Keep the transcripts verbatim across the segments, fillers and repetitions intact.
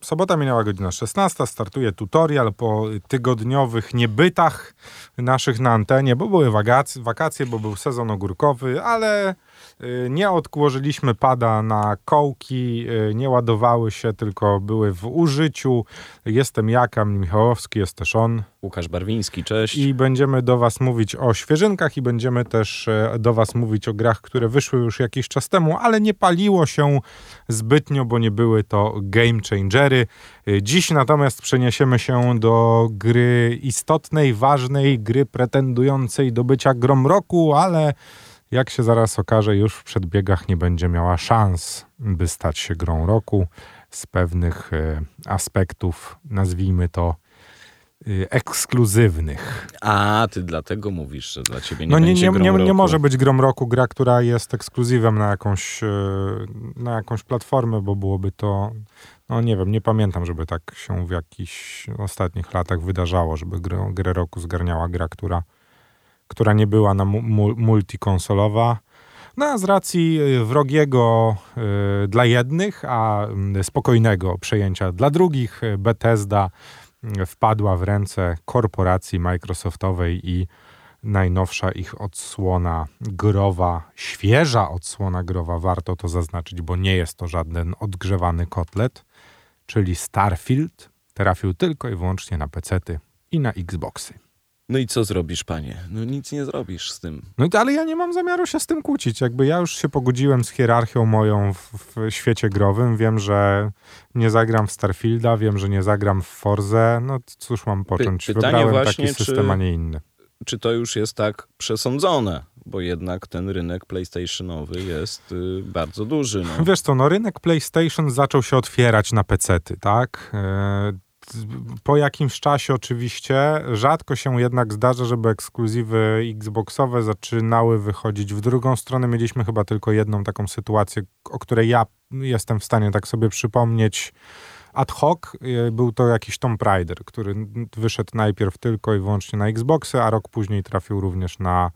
sobota minęła godzina szesnasta, startuje tutorial po tygodniowych niebytach naszych na antenie, bo były wakacje, wakacje bo był sezon ogórkowy, ale nie odłożyliśmy pada na kołki, nie ładowały się, tylko były w użyciu. Jestem ja, Kamil Michałowski, jest też on. Łukasz Barwiński, cześć. I będziemy do was mówić o świeżynkach i będziemy też do was mówić o grach, które wyszły już jakiś czas temu, ale nie paliło się zbytnio, bo nie były to game changery. Dziś natomiast przeniesiemy się do gry istotnej, ważnej, gry pretendującej do bycia grom roku, ale jak się zaraz okaże, już w przedbiegach nie będzie miała szans, by stać się grą roku z pewnych e, aspektów, nazwijmy to, e, ekskluzywnych. A, ty dlatego mówisz, że dla ciebie nie no będzie nie, grą nie, roku. nie może być grom roku gra, która jest ekskluzywem na jakąś, e, na jakąś platformę, bo byłoby to, no nie wiem, nie pamiętam, żeby tak się w jakichś ostatnich latach wydarzało, żeby grę, grę roku zgarniała gra, która która nie była na mu- multikonsolowa. No a z racji wrogiego y, dla jednych, a y, spokojnego przejęcia dla drugich, Bethesda y, wpadła w ręce korporacji Microsoftowej i najnowsza ich odsłona growa, świeża odsłona growa, warto to zaznaczyć, bo nie jest to żaden odgrzewany kotlet, czyli Starfield trafił tylko i wyłącznie na pecety i na Xboxy. No i co zrobisz, panie? No nic nie zrobisz z tym. No ale ja nie mam zamiaru się z tym kłócić. Jakby ja już się pogodziłem z hierarchią moją w, w świecie growym. Wiem, że nie zagram w Starfielda, wiem, że nie zagram w Forzę. No cóż mam począć? Py- Wybrałem właśnie, taki system, czy, a nie inny. Czy to już jest tak przesądzone? Bo jednak ten rynek PlayStationowy jest y, bardzo duży. No. Wiesz co, no rynek PlayStation zaczął się otwierać na pecety, tak? Yy, Po jakimś czasie oczywiście, rzadko się jednak zdarza, żeby ekskluzywy Xboxowe zaczynały wychodzić w drugą stronę. Mieliśmy chyba tylko jedną taką sytuację, o której ja jestem w stanie tak sobie przypomnieć ad hoc. Był to jakiś Tomb Raider, który wyszedł najpierw tylko i wyłącznie na Xboxy, a rok później trafił również na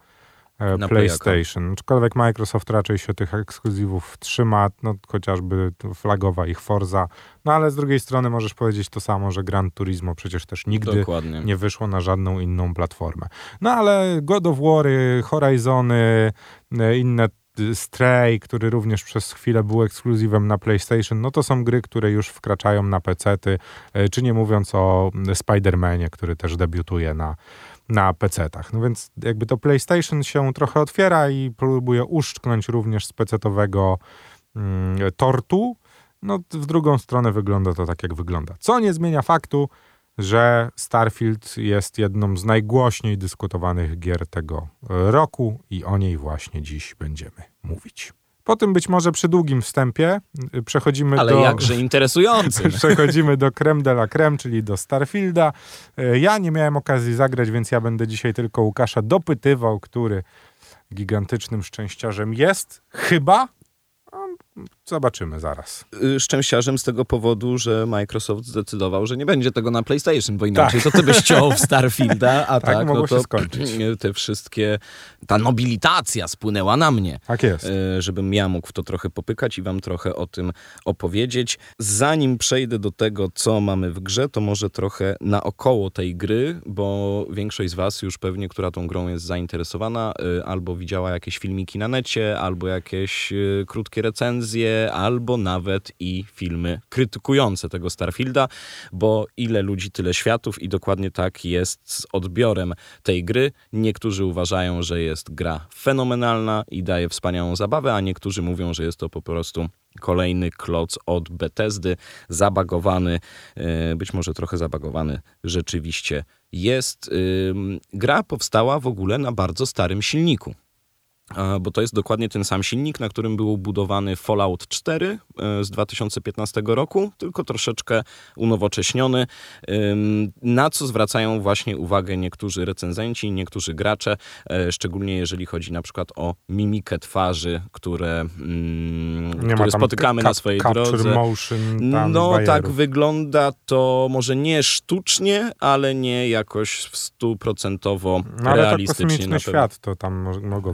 Na PlayStation. Aczkolwiek Microsoft raczej się tych ekskluzywów trzyma, no chociażby flagowa ich Forza. No ale z drugiej strony możesz powiedzieć to samo, że Gran Turismo przecież też nigdy Dokładnie. nie wyszło na żadną inną platformę. No ale God of War'y, Horizony, inne Stray, który również przez chwilę był ekskluzywem na PlayStation, no to są gry, które już wkraczają na pecety, czy nie mówiąc o Spider-Manie, który też debiutuje na na pecetach. No więc jakby to PlayStation się trochę otwiera i próbuje uszczknąć również z pecetowego mm, tortu. No w drugą stronę wygląda to tak, jak wygląda. Co nie zmienia faktu, że Starfield jest jedną z najgłośniej dyskutowanych gier tego roku i o niej właśnie dziś będziemy mówić. Po tym być może przy długim wstępie przechodzimy Ale do... Ale jakże interesujący. Przechodzimy do creme de la creme, czyli do Starfielda. Ja nie miałem okazji zagrać, więc ja będę dzisiaj tylko Łukasza dopytywał, który gigantycznym szczęściarzem jest. Chyba. Zobaczymy zaraz. Szczęściarzem z tego powodu, że Microsoft zdecydował, że nie będzie tego na PlayStation, bo inaczej tak. to ty byś ciął w Starfielda, a tak, tak mogło no to się skończyć. Te wszystkie, ta nobilitacja spłynęła na mnie. Tak jest. Żebym ja mógł w to trochę popykać i wam trochę o tym opowiedzieć. Zanim przejdę do tego, co mamy w grze, to może trochę naokoło tej gry, bo większość z was już pewnie, która tą grą jest zainteresowana, albo widziała jakieś filmiki na necie, albo jakieś krótkie recenzje, albo nawet i filmy krytykujące tego Starfielda, bo ile ludzi, tyle światów i dokładnie tak jest z odbiorem tej gry. Niektórzy uważają, że jest gra fenomenalna i daje wspaniałą zabawę, a niektórzy mówią, że jest to po prostu kolejny kloc od Bethesdy, zabagowany, być może trochę zabagowany rzeczywiście jest. Gra powstała w ogóle na bardzo starym silniku. Bo to jest dokładnie ten sam silnik, na którym był budowany Fallout cztery z dwa tysiące piętnastego roku, tylko troszeczkę unowocześniony, na co zwracają właśnie uwagę niektórzy recenzenci, niektórzy gracze, szczególnie jeżeli chodzi na przykład o mimikę twarzy, które, które spotykamy ka- na swojej capture drodze. Motion, tam no bajerów. Tak wygląda to może nie sztucznie, ale nie jakoś w stuprocentowo no, ale realistycznie. Tak kosmiczny świat, to tam mo- mogą być jakieś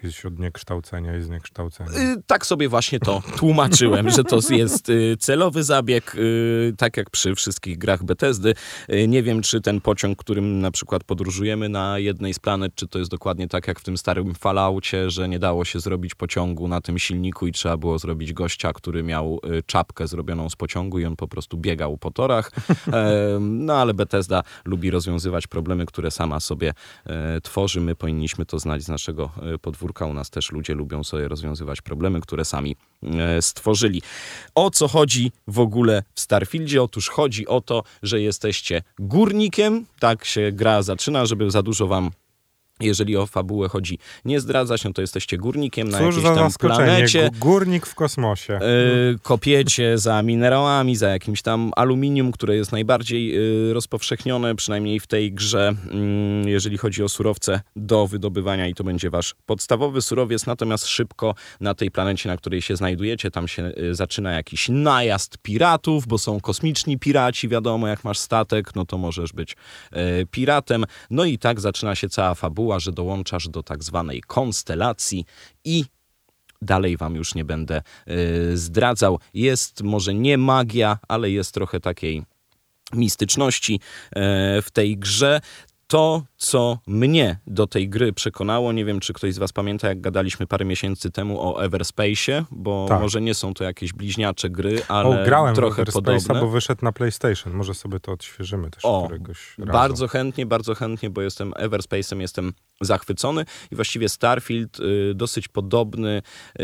jakieś odniekształcenia i zniekształcenia. Yy, tak sobie właśnie to tłumaczyłem, że to jest yy, celowy zabieg, yy, tak jak przy wszystkich grach Bethesdy. Yy, nie wiem, czy ten pociąg, którym na przykład podróżujemy na jednej z planet, czy to jest dokładnie tak jak w tym starym Falloutie, że nie dało się zrobić pociągu na tym silniku i trzeba było zrobić gościa, który miał yy, czapkę zrobioną z pociągu i on po prostu biegał po torach. Yy, no ale Bethesda lubi rozwiązywać problemy, które sama sobie yy, tworzy. My powinniśmy to znać z naszego yy, podwórka. U nas też ludzie lubią sobie rozwiązywać problemy, które sami yy, stworzyli. O co chodzi w ogóle w Starfieldzie? Otóż chodzi o to, że jesteście górnikiem. Tak się gra zaczyna, żeby za dużo wam, jeżeli o fabułę chodzi, nie zdradzać, no to jesteście górnikiem na Cóż jakiejś za tam zaskoczenie. planecie. G- Górnik w kosmosie. Yy, kopiecie za minerałami, za jakimś tam aluminium, które jest najbardziej yy, rozpowszechnione, przynajmniej w tej grze, yy, jeżeli chodzi o surowce do wydobywania i to będzie wasz podstawowy surowiec, natomiast szybko na tej planecie, na której się znajdujecie, tam się yy, zaczyna jakiś najazd piratów, bo są kosmiczni piraci, wiadomo, jak masz statek, no to możesz być yy, piratem. No i tak zaczyna się cała fabuła, że dołączasz do tak zwanej konstelacji i dalej wam już nie będę y, zdradzał. Jest może nie magia, ale jest trochę takiej mistyczności y, w tej grze. To, co mnie do tej gry przekonało, nie wiem, czy ktoś z was pamięta, jak gadaliśmy parę miesięcy temu o Everspace'ie, bo tak. może nie są to jakieś bliźniacze gry, ale o, grałem trochę w podobne. bo wyszedł na PlayStation. Może sobie to odświeżymy też o, któregoś razu. Bardzo chętnie, bardzo chętnie, bo jestem Everspace'em, jestem zachwycony i właściwie Starfield y, dosyć podobny, y,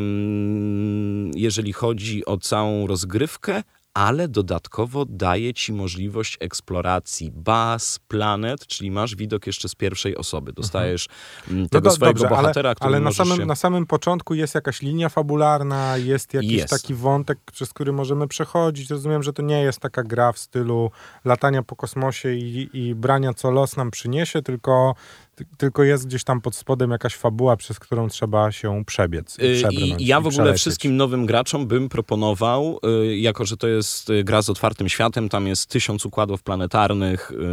jeżeli chodzi o całą rozgrywkę, ale dodatkowo daje ci możliwość eksploracji baz, planet, czyli masz widok jeszcze z pierwszej osoby. Dostajesz mhm. tego no do, swojego dobrze, bohatera, ale, który ale na samym, się... na samym początku jest jakaś linia fabularna, jest jakiś jest. taki wątek, przez który możemy przechodzić. Rozumiem, że to nie jest taka gra w stylu latania po kosmosie i, i brania, co los nam przyniesie, tylko... Tylko jest gdzieś tam pod spodem jakaś fabuła, przez którą trzeba się przebiec. I, i ja w ogóle przelecieć. Wszystkim nowym graczom bym proponował, y, jako że to jest gra z otwartym światem, tam jest tysiąc układów planetarnych, y,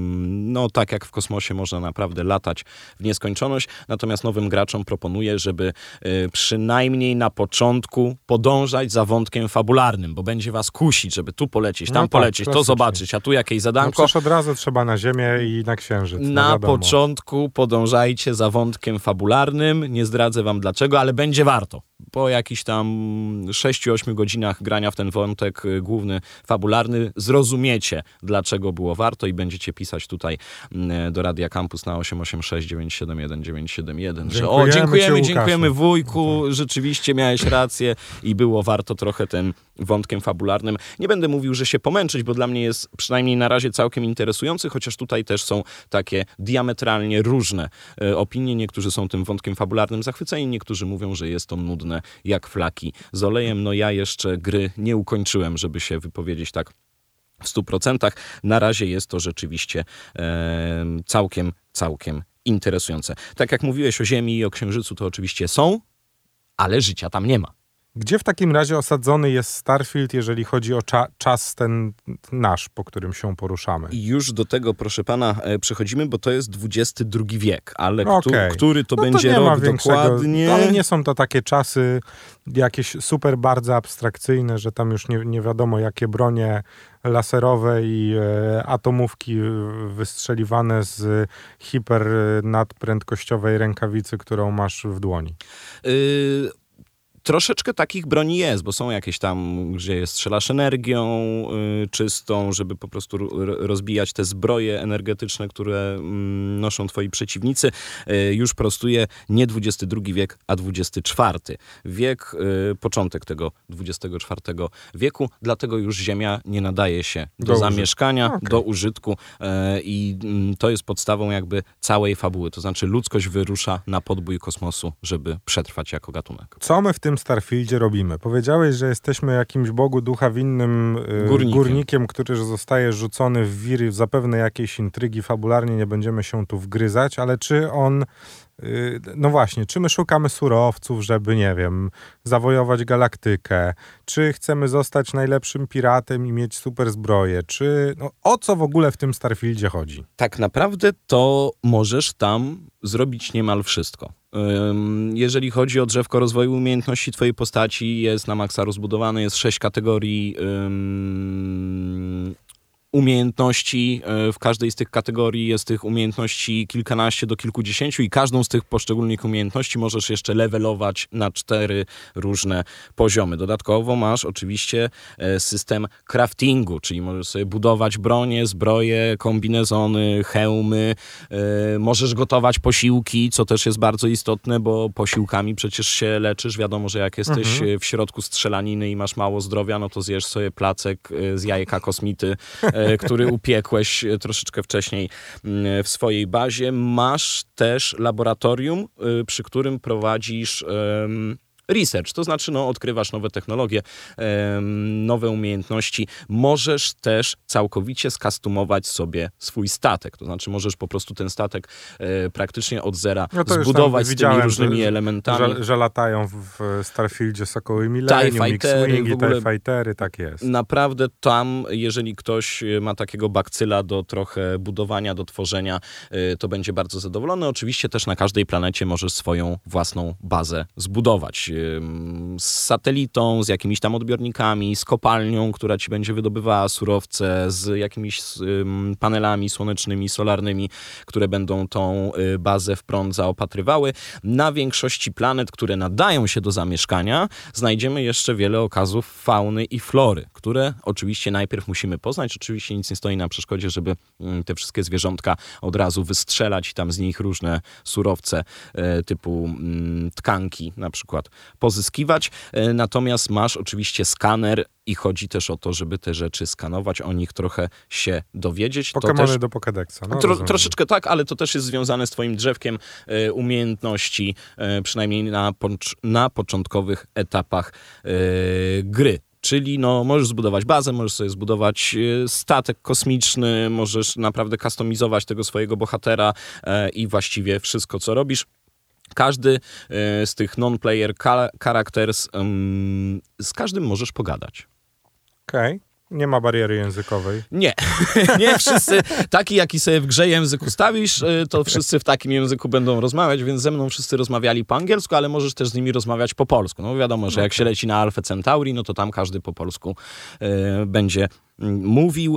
no tak jak w kosmosie można naprawdę latać w nieskończoność, natomiast nowym graczom proponuję, żeby y, przynajmniej na początku podążać za wątkiem fabularnym, bo będzie was kusić, żeby tu polecieć, tam no tak, polecieć, to zobaczyć, a tu jakieś zadanko. No przecież od razu trzeba na Ziemię i na Księżyc. Na no początku podążajcie za wątkiem fabularnym. Nie zdradzę wam dlaczego, ale będzie warto. Po jakichś tam sześciu ośmiu godzinach grania w ten wątek główny, fabularny, zrozumiecie, dlaczego było warto i będziecie pisać tutaj do Radia Campus na osiem osiem sześć dziewięć siedem jeden dziewięć siedem jeden, że o, dziękujemy, dziękujemy wujku, rzeczywiście miałeś rację i było warto trochę tym wątkiem fabularnym. Nie będę mówił, że się pomęczyć, bo dla mnie jest przynajmniej na razie całkiem interesujący, chociaż tutaj też są takie diametralnie różne e, opinie. Niektórzy są tym wątkiem fabularnym zachwyceni, niektórzy mówią, że jest to nudne jak flaki z olejem. No ja jeszcze gry nie ukończyłem, żeby się wypowiedzieć tak w stu procentach. Na razie jest to rzeczywiście e, całkiem, całkiem interesujące. Tak jak mówiłeś o Ziemi i o Księżycu, to oczywiście są, ale życia tam nie ma. Gdzie w takim razie osadzony jest Starfield, jeżeli chodzi o cza- czas ten nasz, po którym się poruszamy? I już do tego, proszę pana, przechodzimy, bo to jest dwudziesty drugi wiek, ale okay. który, który to no będzie to rok dokładnie? Ale nie są to takie czasy jakieś super bardzo abstrakcyjne, że tam już nie, nie wiadomo jakie bronie laserowe i e, atomówki wystrzeliwane z hiper nadprędkościowej rękawicy, którą masz w dłoni. Yy... Troszeczkę takich broni jest, bo są jakieś tam, gdzie strzelasz energią y, czystą, żeby po prostu r- rozbijać te zbroje energetyczne, które y, noszą twoi przeciwnicy. Y, już prostuje nie dwudziesty drugi wiek, a dwudziesty czwarty wiek, y, początek tego dwudziestego czwartego wieku, dlatego już Ziemia nie nadaje się do, do zamieszkania, okay. do użytku y, i y, to jest podstawą jakby całej fabuły. To znaczy ludzkość wyrusza na podbój kosmosu, żeby przetrwać jako gatunek. Co my w tym Starfieldzie robimy? Powiedziałeś, że jesteśmy jakimś Bogu ducha winnym y, górnikiem. górnikiem, który zostaje rzucony w wir, zapewne jakiejś intrygi fabularnie, nie będziemy się tu wgryzać, ale czy on, y, no właśnie, czy my szukamy surowców, żeby, nie wiem, zawojować galaktykę, czy chcemy zostać najlepszym piratem i mieć super zbroję, czy no, o co w ogóle w tym Starfieldzie chodzi? Tak naprawdę to możesz tam zrobić niemal wszystko. Jeżeli chodzi o drzewko rozwoju umiejętności twojej postaci, jest na maksa rozbudowane, jest sześć kategorii um, umiejętności. W każdej z tych kategorii jest tych umiejętności kilkanaście do kilkudziesięciu i każdą z tych poszczególnych umiejętności możesz jeszcze levelować na cztery różne poziomy. Dodatkowo masz oczywiście system craftingu, czyli możesz sobie budować bronie, zbroje, kombinezony, hełmy. Możesz gotować posiłki, co też jest bardzo istotne, bo posiłkami przecież się leczysz. Wiadomo, że jak jesteś mhm. w środku strzelaniny i masz mało zdrowia, no to zjesz sobie placek z jajka kosmity, który upiekłeś troszeczkę wcześniej w swojej bazie. Masz też laboratorium, przy którym prowadzisz research, to znaczy no, odkrywasz nowe technologie, em, nowe umiejętności. Możesz też całkowicie skustomować sobie swój statek, to znaczy możesz po prostu ten statek e, praktycznie od zera no zbudować z tymi różnymi że, elementami. Że, że latają w Starfieldzie Sokoły Millennium, X-Wingi, TIE Fightery, tak jest. Naprawdę tam, jeżeli ktoś ma takiego bakcyla do trochę budowania, do tworzenia, e, to będzie bardzo zadowolony. Oczywiście też na każdej planecie możesz swoją własną bazę zbudować. Z satelitą, z jakimiś tam odbiornikami, z kopalnią, która ci będzie wydobywała surowce, z jakimiś panelami słonecznymi, solarnymi, które będą tą bazę w prąd zaopatrywały. Na większości planet, które nadają się do zamieszkania, znajdziemy jeszcze wiele okazów fauny i flory, które oczywiście najpierw musimy poznać. Oczywiście nic nie stoi na przeszkodzie, żeby te wszystkie zwierzątka od razu wystrzelać i tam z nich różne surowce typu tkanki na przykład pozyskiwać. Natomiast masz oczywiście skaner i chodzi też o to, żeby te rzeczy skanować, o nich trochę się dowiedzieć. Pokemony też, do Pokédexa. No, tro, troszeczkę tak, ale to też jest związane z twoim drzewkiem e, umiejętności, e, przynajmniej na, pocz- na początkowych etapach e, gry. Czyli no, możesz zbudować bazę, możesz sobie zbudować statek kosmiczny, możesz naprawdę kustomizować tego swojego bohatera e, i właściwie wszystko, co robisz. Każdy z tych non-player characters, um, z każdym możesz pogadać. Okej. Okay. Nie ma bariery językowej. Nie. Nie wszyscy, taki jaki sobie w grze język ustawisz, to wszyscy w takim języku będą rozmawiać, więc ze mną wszyscy rozmawiali po angielsku, ale możesz też z nimi rozmawiać po polsku. No wiadomo, że jak się leci na Alfę Centauri, no to tam każdy po polsku y, będzie mówił.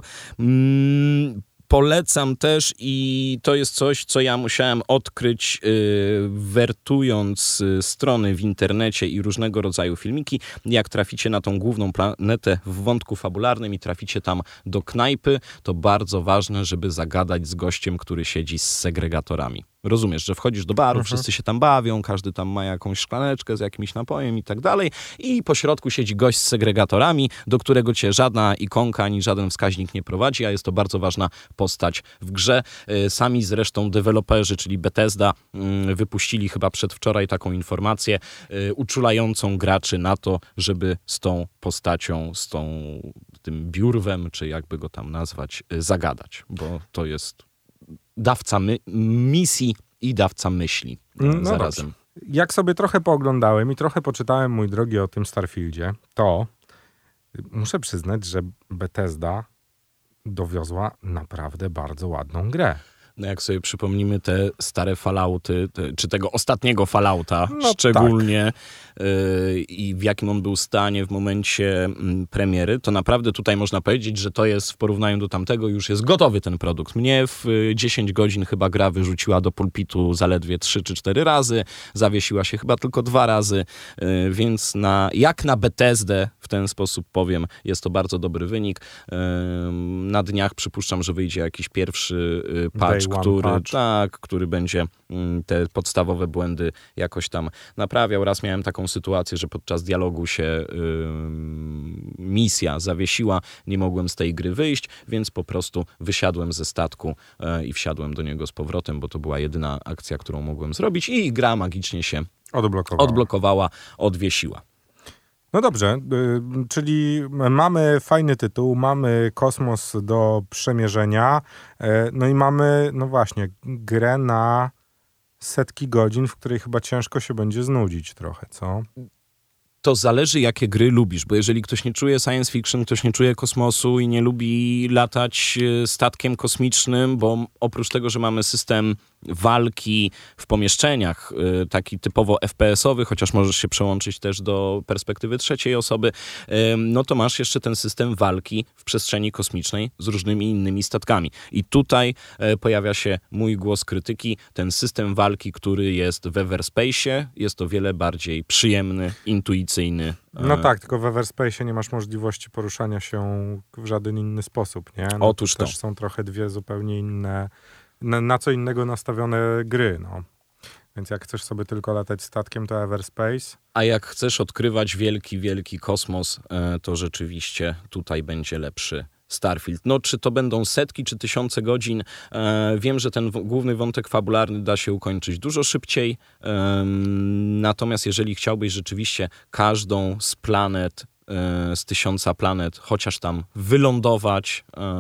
Mm, Polecam też i to jest coś, co ja musiałem odkryć yy, wertując yy, strony w internecie i różnego rodzaju filmiki. Jak traficie na tą główną planetę w wątku fabularnym i traficie tam do knajpy, to bardzo ważne, żeby zagadać z gościem, który siedzi z segregatorami. Rozumiesz, że wchodzisz do baru, mhm. wszyscy się tam bawią, każdy tam ma jakąś szklaneczkę z jakimś napojem i tak dalej i po środku siedzi gość z segregatorami, do którego cię żadna ikonka ani żaden wskaźnik nie prowadzi, a jest to bardzo ważna postać w grze. Sami zresztą deweloperzy, czyli Bethesda, wypuścili chyba przedwczoraj taką informację uczulającą graczy na to, żeby z tą postacią, z tą, tym biurwem, czy jakby go tam nazwać, zagadać, bo to jest dawca my- misji i dawca myśli no zarazem. Dobrze. Jak sobie trochę pooglądałem i trochę poczytałem, mój drogi, o tym Starfieldzie, to muszę przyznać, że Bethesda dowiozła naprawdę bardzo ładną grę. No jak sobie przypomnimy te stare Fallouty, te, czy tego ostatniego Fallouta no szczególnie tak. yy, i w jakim on był stanie w momencie mm, premiery, to naprawdę tutaj można powiedzieć, że to jest w porównaniu do tamtego już jest gotowy ten produkt. Mnie w y, dziesięć godzin chyba gra wyrzuciła do pulpitu zaledwie trzy czy cztery razy, zawiesiła się chyba tylko dwa razy, yy, więc na, jak na Bethesdę w ten sposób powiem, jest to bardzo dobry wynik. Yy, na dniach przypuszczam, że wyjdzie jakiś pierwszy yy, patch, Który, tak, który będzie te podstawowe błędy jakoś tam naprawiał. Raz miałem taką sytuację, że podczas dialogu się yy, misja zawiesiła, nie mogłem z tej gry wyjść, więc po prostu wysiadłem ze statku yy, i wsiadłem do niego z powrotem, bo to była jedyna akcja, którą mogłem zrobić i gra magicznie się odblokowała, odblokowała odwiesiła. No dobrze, y, czyli mamy fajny tytuł, mamy kosmos do przemierzenia, y, no i mamy, no właśnie, grę na setki godzin, w której chyba ciężko się będzie znudzić trochę, co? to zależy, jakie gry lubisz, bo jeżeli ktoś nie czuje science fiction, ktoś nie czuje kosmosu i nie lubi latać statkiem kosmicznym, bo oprócz tego, że mamy system walki w pomieszczeniach, taki typowo F P S owy, chociaż możesz się przełączyć też do perspektywy trzeciej osoby, no to masz jeszcze ten system walki w przestrzeni kosmicznej z różnymi innymi statkami. I tutaj pojawia się mój głos krytyki. Ten system walki, który jest w Everspace'ie, jest o wiele bardziej przyjemny, intuicyjny. No tak, tylko w Everspace'ie nie masz możliwości poruszania się w żaden inny sposób, nie? No Otóż to. Też są trochę dwie zupełnie inne, na, na co innego nastawione gry, no. Więc jak chcesz sobie tylko latać statkiem, to Everspace. A jak chcesz odkrywać wielki, wielki kosmos, to rzeczywiście tutaj będzie lepszy Starfield. No, czy to będą setki, czy tysiące godzin. E, wiem, że ten w- główny wątek fabularny da się ukończyć dużo szybciej. E, natomiast jeżeli chciałbyś rzeczywiście każdą z planet, e, z tysiąca planet, chociaż tam wylądować, e,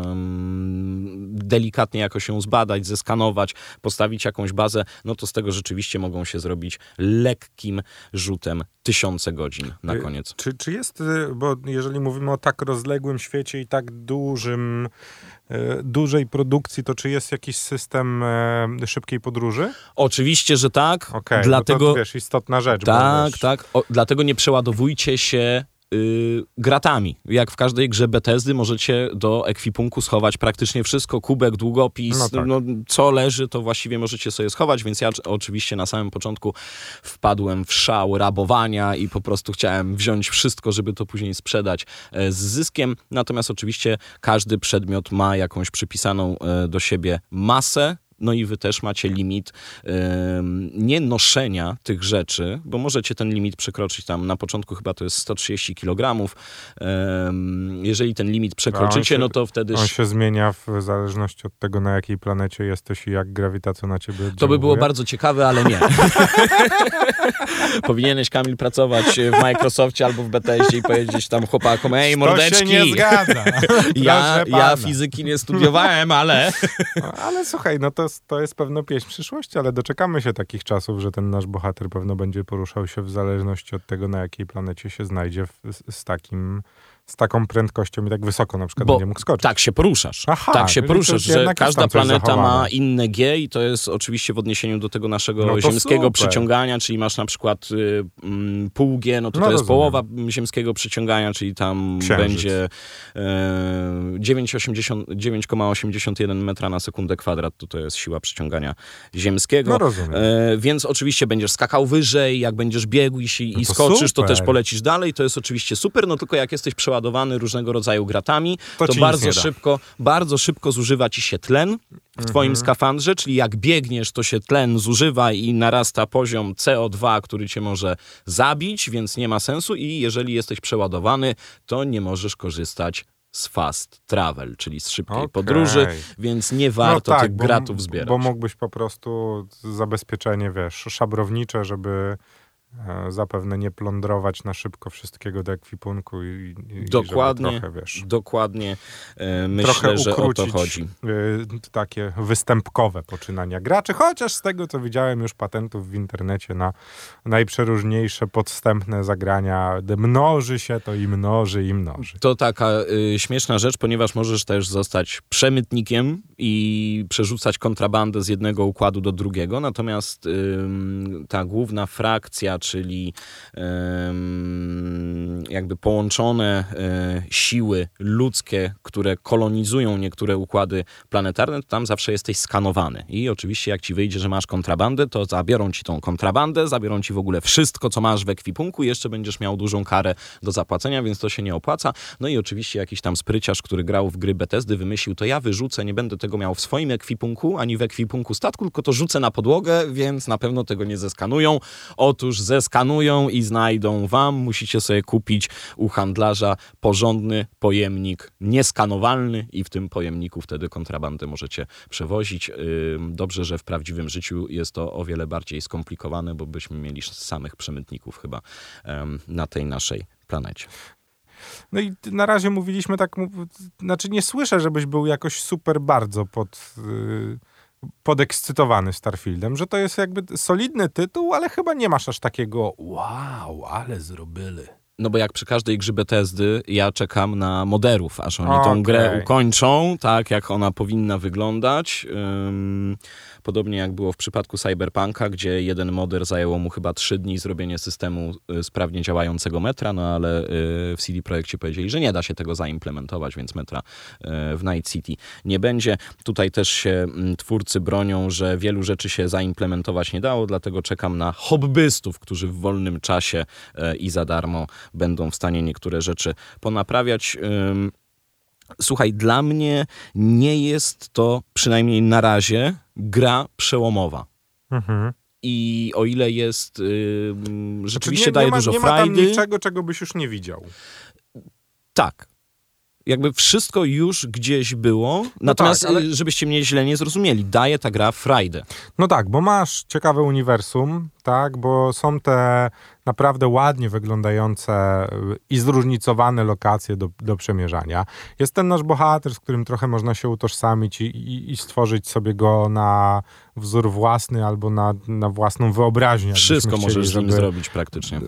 delikatnie jakoś ją zbadać, zeskanować, postawić jakąś bazę, no to z tego rzeczywiście mogą się zrobić lekkim rzutem tysiące godzin na koniec. Czy, czy jest, bo jeżeli mówimy o tak rozległym świecie i tak dużym, dużej produkcji, to czy jest jakiś system szybkiej podróży? Oczywiście, że tak. Okej, dlatego, no to wiesz, istotna rzecz. tak, bo wiesz, tak. O, dlatego nie przeładowujcie się y, gratami. Jak w każdej grze Bethesdy możecie do ekwipunku schować praktycznie wszystko, kubek, długopis, No tak. no, co leży, to właściwie możecie sobie schować, więc ja oczywiście na samym początku wpadłem w szał rabowania i po prostu chciałem wziąć wszystko, żeby to później sprzedać e, z zyskiem. Natomiast oczywiście każdy przedmiot ma jakąś przypisaną e, do siebie masę. No i wy też macie limit ym, nie noszenia tych rzeczy, bo możecie ten limit przekroczyć tam na początku chyba to jest sto trzydzieści kilogramów. Ym, jeżeli ten limit przekroczycie, się, no to wtedy... On się zmienia w zależności od tego, na jakiej planecie jesteś i jak grawitacja na ciebie oddziałuje. To by było bardzo ciekawe, ale nie. Powinieneś, Kamil, pracować w Microsoftie albo w Bethesdzie i powiedzieć tam chłopakom, ej, mordeczki! To się nie zgadza. ja, Proszę ja pana. fizyki nie studiowałem, ale... No, ale słuchaj, no to, to jest pewno pieśń przyszłości, ale doczekamy się takich czasów, że ten nasz bohater pewno będzie poruszał się w zależności od tego, na jakiej planecie się znajdzie w, z, z takim... z taką prędkością i tak wysoko na przykład Bo będzie mógł skoczyć. tak się poruszasz. Aha, tak się czyli poruszasz, to że jednak jest każda tam coś planeta zachowane. ma inne G i to jest oczywiście w odniesieniu do tego naszego No to ziemskiego super. przyciągania, czyli masz na przykład y, mm, pół G, no to No to jest rozumiem. połowa ziemskiego przyciągania, czyli tam Księżyc. będzie y, dziewięć przecinek osiemdziesiąt jeden metra na sekundę kwadrat, to to jest siła przyciągania ziemskiego. No rozumiem. E, więc oczywiście będziesz skakał wyżej, jak będziesz biegł i, się, No i to skoczysz, to super. też polecisz dalej, to jest oczywiście super, no tylko jak jesteś przeładowany różnego rodzaju gratami, To to, ci nic bardzo nie da. szybko, bardzo szybko zużywa ci się tlen w twoim Mhm. skafandrze, czyli jak biegniesz, to się tlen zużywa i narasta poziom C O dwa, który cię może zabić, więc nie ma sensu i jeżeli jesteś przeładowany, to nie możesz korzystać z fast travel, czyli z szybkiej Okej. podróży, więc nie warto no tak, tych bo- gratów zbierać. Bo mógłbyś po prostu zabezpieczenie, wiesz, szabrownicze, żeby e, zapewne nie plądrować na szybko wszystkiego do ekwipunku i, i Dokładnie. i żeby trochę, wiesz, Dokładnie e, trochę myślę, że o to ukrócić chodzi. y, takie występkowe poczynania graczy, chociaż z tego, co widziałem już patentów w internecie na najprzeróżniejsze podstępne zagrania, gdy mnoży się to i mnoży i mnoży. To taka y, śmieszna rzecz, ponieważ możesz też zostać przemytnikiem i przerzucać kontrabandę z jednego układu do drugiego, natomiast ym, ta główna frakcja, czyli ym, jakby połączone y, siły ludzkie, które kolonizują niektóre układy planetarne, to tam zawsze jesteś skanowany. I oczywiście jak ci wyjdzie, że masz kontrabandę, to zabiorą ci tą kontrabandę, zabiorą ci w ogóle wszystko, co masz w ekwipunku i jeszcze będziesz miał dużą karę do zapłacenia, więc to się nie opłaca. No i oczywiście jakiś tam spryciarz, który grał w gry Bethesdy, wymyślił, to ja wyrzucę, nie będę tego miał w swoim ekwipunku, ani w ekwipunku statku, tylko to rzucę na podłogę, więc na pewno tego nie zeskanują. Otóż zeskanują i znajdą wam. Musicie sobie kupić u handlarza porządny pojemnik nieskanowalny i w tym pojemniku wtedy kontrabandę możecie przewozić. Dobrze, że w prawdziwym życiu jest to o wiele bardziej skomplikowane, bo byśmy mieli samych przemytników chyba na tej naszej planecie. No i na razie mówiliśmy tak, mów- znaczy nie słyszę, żebyś był jakoś super bardzo pod, y, podekscytowany Starfieldem, że to jest jakby solidny tytuł, ale chyba nie masz aż takiego wow, ale zrobili. No bo jak przy każdej grze Bethesdy, ja czekam na moderów, aż oni okay. tą grę ukończą, tak jak ona powinna wyglądać. Ym, podobnie jak było w przypadku Cyberpunka, gdzie jeden moder zajęło mu chyba trzy dni zrobienie systemu y, sprawnie działającego metra, no ale y, w C D Projekcie powiedzieli, że nie da się tego zaimplementować, więc metra y, w Night City nie będzie. Tutaj też się y, twórcy bronią, że wielu rzeczy się zaimplementować nie dało, dlatego czekam na hobbystów, którzy w wolnym czasie y, i za darmo będą w stanie niektóre rzeczy ponaprawiać. Słuchaj, dla mnie nie jest to, przynajmniej na razie, gra przełomowa. Mhm. I o ile jest, yy, rzeczywiście znaczy nie, daje nie ma, dużo nie frajdy. Nie ma tam niczego, czego byś już nie widział. Tak. Jakby wszystko już gdzieś było, no natomiast tak, ale... żebyście mnie źle nie zrozumieli, daje ta gra frajdę. No tak, bo masz ciekawe uniwersum, tak, bo są te naprawdę ładnie wyglądające i zróżnicowane lokacje do, do przemierzania. Jest ten nasz bohater, z którym trochę można się utożsamić i, i, i stworzyć sobie go na wzór własny albo na, na własną wyobraźnię. Wszystko chcieli, możesz z nim żeby, zrobić praktycznie.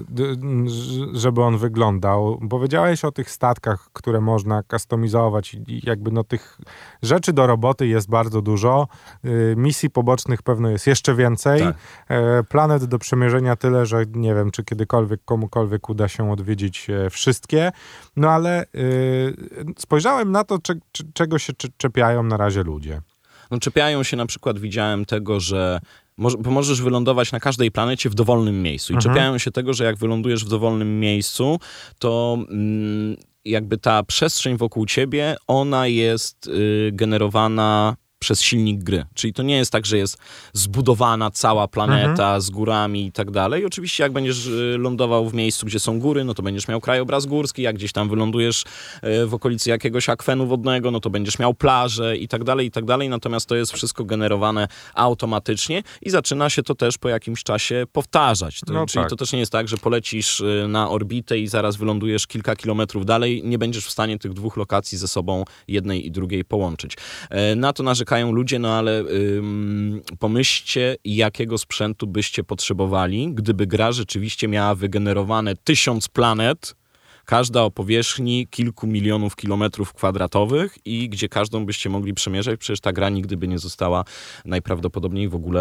Żeby on wyglądał. Powiedziałeś o tych statkach, które można kustomizować i jakby no tych rzeczy do roboty jest bardzo dużo. Misji pobocznych pewno jest jeszcze więcej. Tak. Planet do przemierzenia tyle, że nie wiem, czy kiedykolwiek komukolwiek uda się odwiedzić wszystkie. No ale yy, spojrzałem na to, cze, cze, czego się czepiają na razie ludzie. No czepiają się na przykład, widziałem tego, że możesz wylądować na każdej planecie w dowolnym miejscu. I mhm. czepiają się tego, że jak wylądujesz w dowolnym miejscu, to mm, jakby ta przestrzeń wokół ciebie, ona jest y, generowana przez silnik gry. Czyli to nie jest tak, że jest zbudowana cała planeta mhm. z górami i tak dalej. Oczywiście jak będziesz lądował w miejscu, gdzie są góry, no to będziesz miał krajobraz górski, jak gdzieś tam wylądujesz w okolicy jakiegoś akwenu wodnego, no to będziesz miał plażę i tak dalej, i tak dalej. Natomiast to jest wszystko generowane automatycznie i zaczyna się to też po jakimś czasie powtarzać. To, no czyli tak. to też nie jest tak, że polecisz na orbitę i zaraz wylądujesz kilka kilometrów dalej. Nie będziesz w stanie tych dwóch lokacji ze sobą, jednej i drugiej, połączyć. Na to narzekają ludzie, no ale ym, pomyślcie, jakiego sprzętu byście potrzebowali, gdyby gra rzeczywiście miała wygenerowane tysiąc planet, każda o powierzchni kilku milionów kilometrów kwadratowych i gdzie każdą byście mogli przemierzać, przecież ta gra nigdy by nie została najprawdopodobniej w ogóle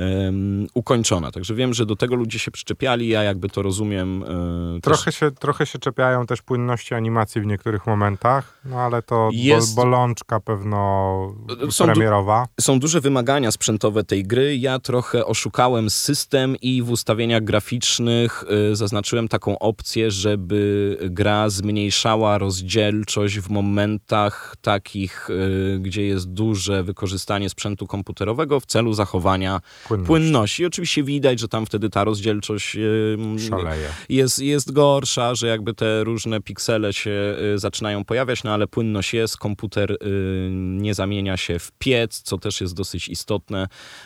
um, ukończona. Także wiem, że do tego ludzie się przyczepiali, ja jakby to rozumiem. Yy, trochę, też... się, trochę się czepiają też płynności animacji w niektórych momentach, no ale to jest... bol, bolączka pewno są premierowa. Du- są duże wymagania sprzętowe tej gry. Ja trochę oszukałem system i w ustawieniach graficznych yy, zaznaczyłem taką opcję, żeby gra zmniejszała rozdzielczość w momentach takich, y, gdzie jest duże wykorzystanie sprzętu komputerowego w celu zachowania płynności. płynności. I oczywiście widać, że tam wtedy ta rozdzielczość y, jest, jest gorsza, że jakby te różne piksele się y, zaczynają pojawiać, no ale płynność jest, komputer y, nie zamienia się w piec, co też jest dosyć istotne.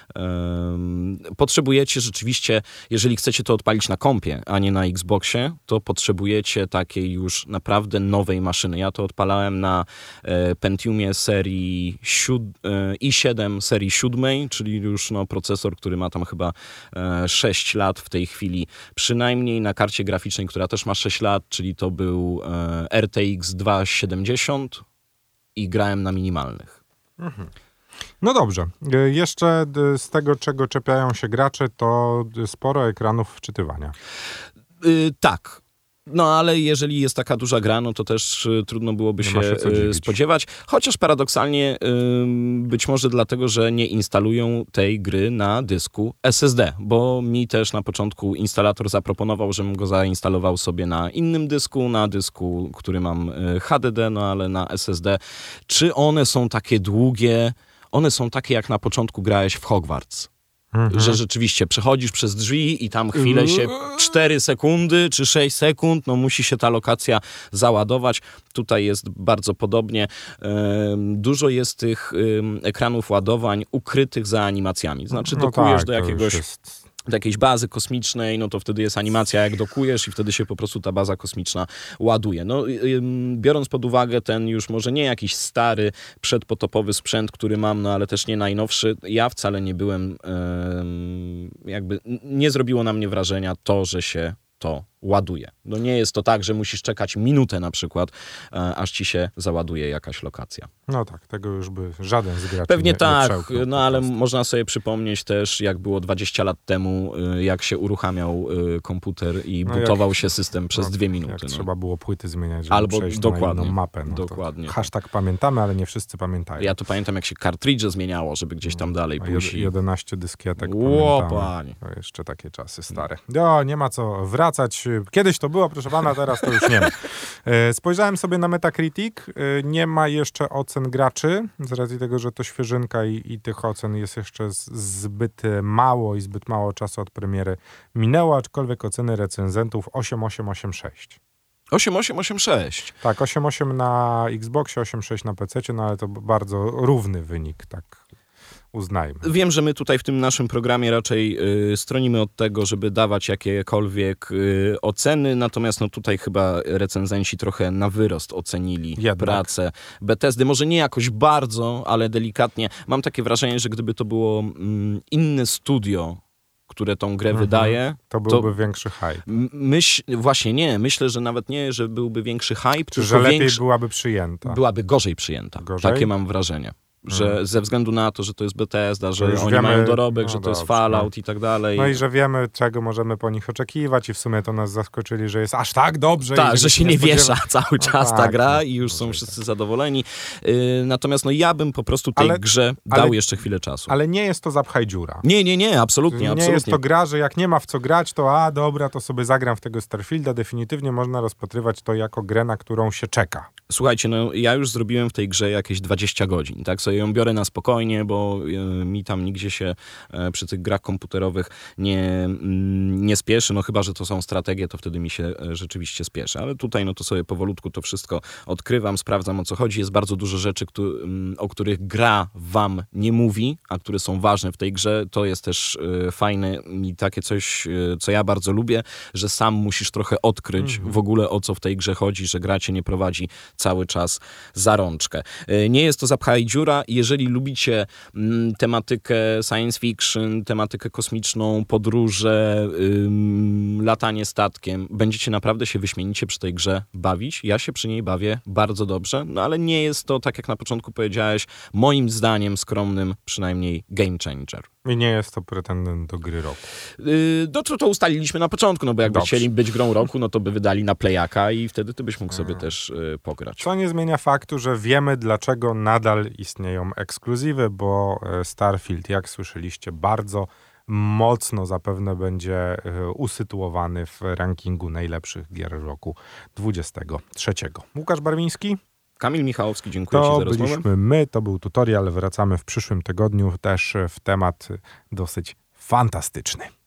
Y, potrzebujecie rzeczywiście, jeżeli chcecie to odpalić na kompie, a nie na Xboxie, to potrzebujecie takiej już naprawdę nowej maszyny. Ja to odpalałem na e, Pentiumie serii siód- e, i siedem serii siódmej, czyli już no, procesor, który ma tam chyba e, sześć lat w tej chwili. Przynajmniej na karcie graficznej, która też ma sześć lat, czyli to był e, R T X dwieście siedemdziesiąt i grałem na minimalnych. Mhm. No dobrze. Jeszcze z tego, czego czepiają się gracze, to sporo ekranów wczytywania. Yy, tak. No ale jeżeli jest taka duża gra, no to też y, trudno byłoby się, się y, spodziewać. Chociaż paradoksalnie y, być może dlatego, że nie instalują tej gry na dysku S S D, bo mi też na początku instalator zaproponował, żebym go zainstalował sobie na innym dysku, na dysku, który mam y, H D D, no ale na S S D. Czy one są takie długie? One są takie, jak na początku grałeś w Hogwarts. Mhm. Że rzeczywiście przechodzisz przez drzwi i tam chwilę się cztery sekundy czy sześć sekund, no musi się ta lokacja załadować. Tutaj jest bardzo podobnie. Dużo jest tych ekranów ładowań ukrytych za animacjami. Znaczy no dokujesz tak, do jakiegoś do jakiejś bazy kosmicznej, no to wtedy jest animacja, jak dokujesz i wtedy się po prostu ta baza kosmiczna ładuje. No, biorąc pod uwagę ten już może nie jakiś stary, przedpotopowy sprzęt, który mam, no ale też nie najnowszy, ja wcale nie byłem, jakby nie zrobiło na mnie wrażenia to, że się to ładuje. No nie jest to tak, że musisz czekać minutę na przykład, aż ci się załaduje jakaś lokacja. No tak, tego już by żaden z graczy Pewnie nie, tak, nie przełknął, no ale można sobie przypomnieć też, jak było dwadzieścia lat temu, jak się uruchamiał komputer i no butował jak, się system przez no, dwie minuty. Jak no. trzeba było płyty zmieniać, żeby Albo przejść dokładnie, na inną mapę. No dokładnie. Hashtag pamiętamy, ale nie wszyscy pamiętają. Ja to pamiętam, jak się kartridże zmieniało, żeby gdzieś tam dalej no, pójść. jedenaście dyskietek Ło, pamiętamy. panie. To jeszcze takie czasy stare. No, nie ma co wracać. Kiedyś to było, proszę pana, teraz to już nie ma. Spojrzałem sobie na Metacritic. Nie ma jeszcze ocen graczy, z racji tego, że to świeżynka i, i tych ocen jest jeszcze z, zbyt mało i zbyt mało czasu od premiery minęło, aczkolwiek oceny recenzentów osiem osiem osiem sześć. osiem osiem osiem sześć. Tak, osiem osiem na Xboxie, osiem sześć na pececie, no ale to bardzo równy wynik, tak uznajmy. Wiem, że my tutaj w tym naszym programie raczej y, stronimy od tego, żeby dawać jakiekolwiek y, oceny, natomiast no tutaj chyba recenzenci trochę na wyrost ocenili Jednak. pracę Bethesdy. Może nie jakoś bardzo, ale delikatnie. Mam takie wrażenie, że gdyby to było mm, inne studio, które tą grę mhm. wydaje, to byłby to większy hype. Myśl, właśnie nie, myślę, że nawet nie, że byłby większy hype, czy że lepiej większy, byłaby przyjęta. Byłaby gorzej przyjęta. Gorzej? Takie mam wrażenie. Że hmm. ze względu na to, że to jest Bethesda, że oni wiemy, mają dorobek, no że to dobrze, jest Fallout no. i tak dalej. No i że wiemy, czego możemy po nich oczekiwać i w sumie to nas zaskoczyli, że jest aż tak dobrze. Tak, że się nie, nie wiesza cały czas no ta tak, gra no, i już są wszyscy tak. zadowoleni. Yy, natomiast no ja bym po prostu tej ale, grze dał ale, jeszcze chwilę czasu. Ale nie jest to zapchaj dziura. Nie, nie, nie, absolutnie, nie absolutnie. jest to gra, że jak nie ma w co grać, to a dobra, to sobie zagram w tego Starfielda. Definitywnie można rozpatrywać to jako grę, na którą się czeka. Słuchajcie, no ja już zrobiłem w tej grze jakieś dwadzieścia godzin, tak? Sobie ją biorę na spokojnie, bo y, mi tam nigdzie się y, przy tych grach komputerowych nie, y, nie spieszy, no chyba, że to są strategie, to wtedy mi się y, rzeczywiście spieszy. Ale tutaj no to sobie powolutku to wszystko odkrywam, sprawdzam, o co chodzi. Jest bardzo dużo rzeczy, któ- y, o których gra wam nie mówi, a które są ważne w tej grze. To jest też y, fajne i takie coś, y, co ja bardzo lubię, że sam musisz trochę odkryć mm-hmm. w ogóle, o co w tej grze chodzi, że gra cię nie prowadzi cały czas za rączkę. Nie jest to zapchaj dziura. Jeżeli lubicie m, tematykę science fiction, tematykę kosmiczną, podróże, ym, latanie statkiem, będziecie naprawdę się wyśmienicie przy tej grze bawić. Ja się przy niej bawię bardzo dobrze, no ale nie jest to, tak jak na początku powiedziałeś, moim zdaniem skromnym przynajmniej game changer. I nie jest to pretendent do gry roku. Yy, no to, to ustaliliśmy na początku, no bo jakby Dobrze. chcieli być grą roku, no to by wydali na Playaka i wtedy ty byś mógł sobie hmm. też yy, pograć. Co nie zmienia faktu, że wiemy, dlaczego nadal istnieją ekskluzywy, bo Starfield, jak słyszeliście, bardzo mocno zapewne będzie usytuowany w rankingu najlepszych gier roku dwudziestego trzeciego. Łukasz Barwiński? Kamil Michałowski, dziękuję to Ci za rozmowę. To byliśmy my, to był tutorial. Wracamy w przyszłym tygodniu też w temat dosyć fantastyczny.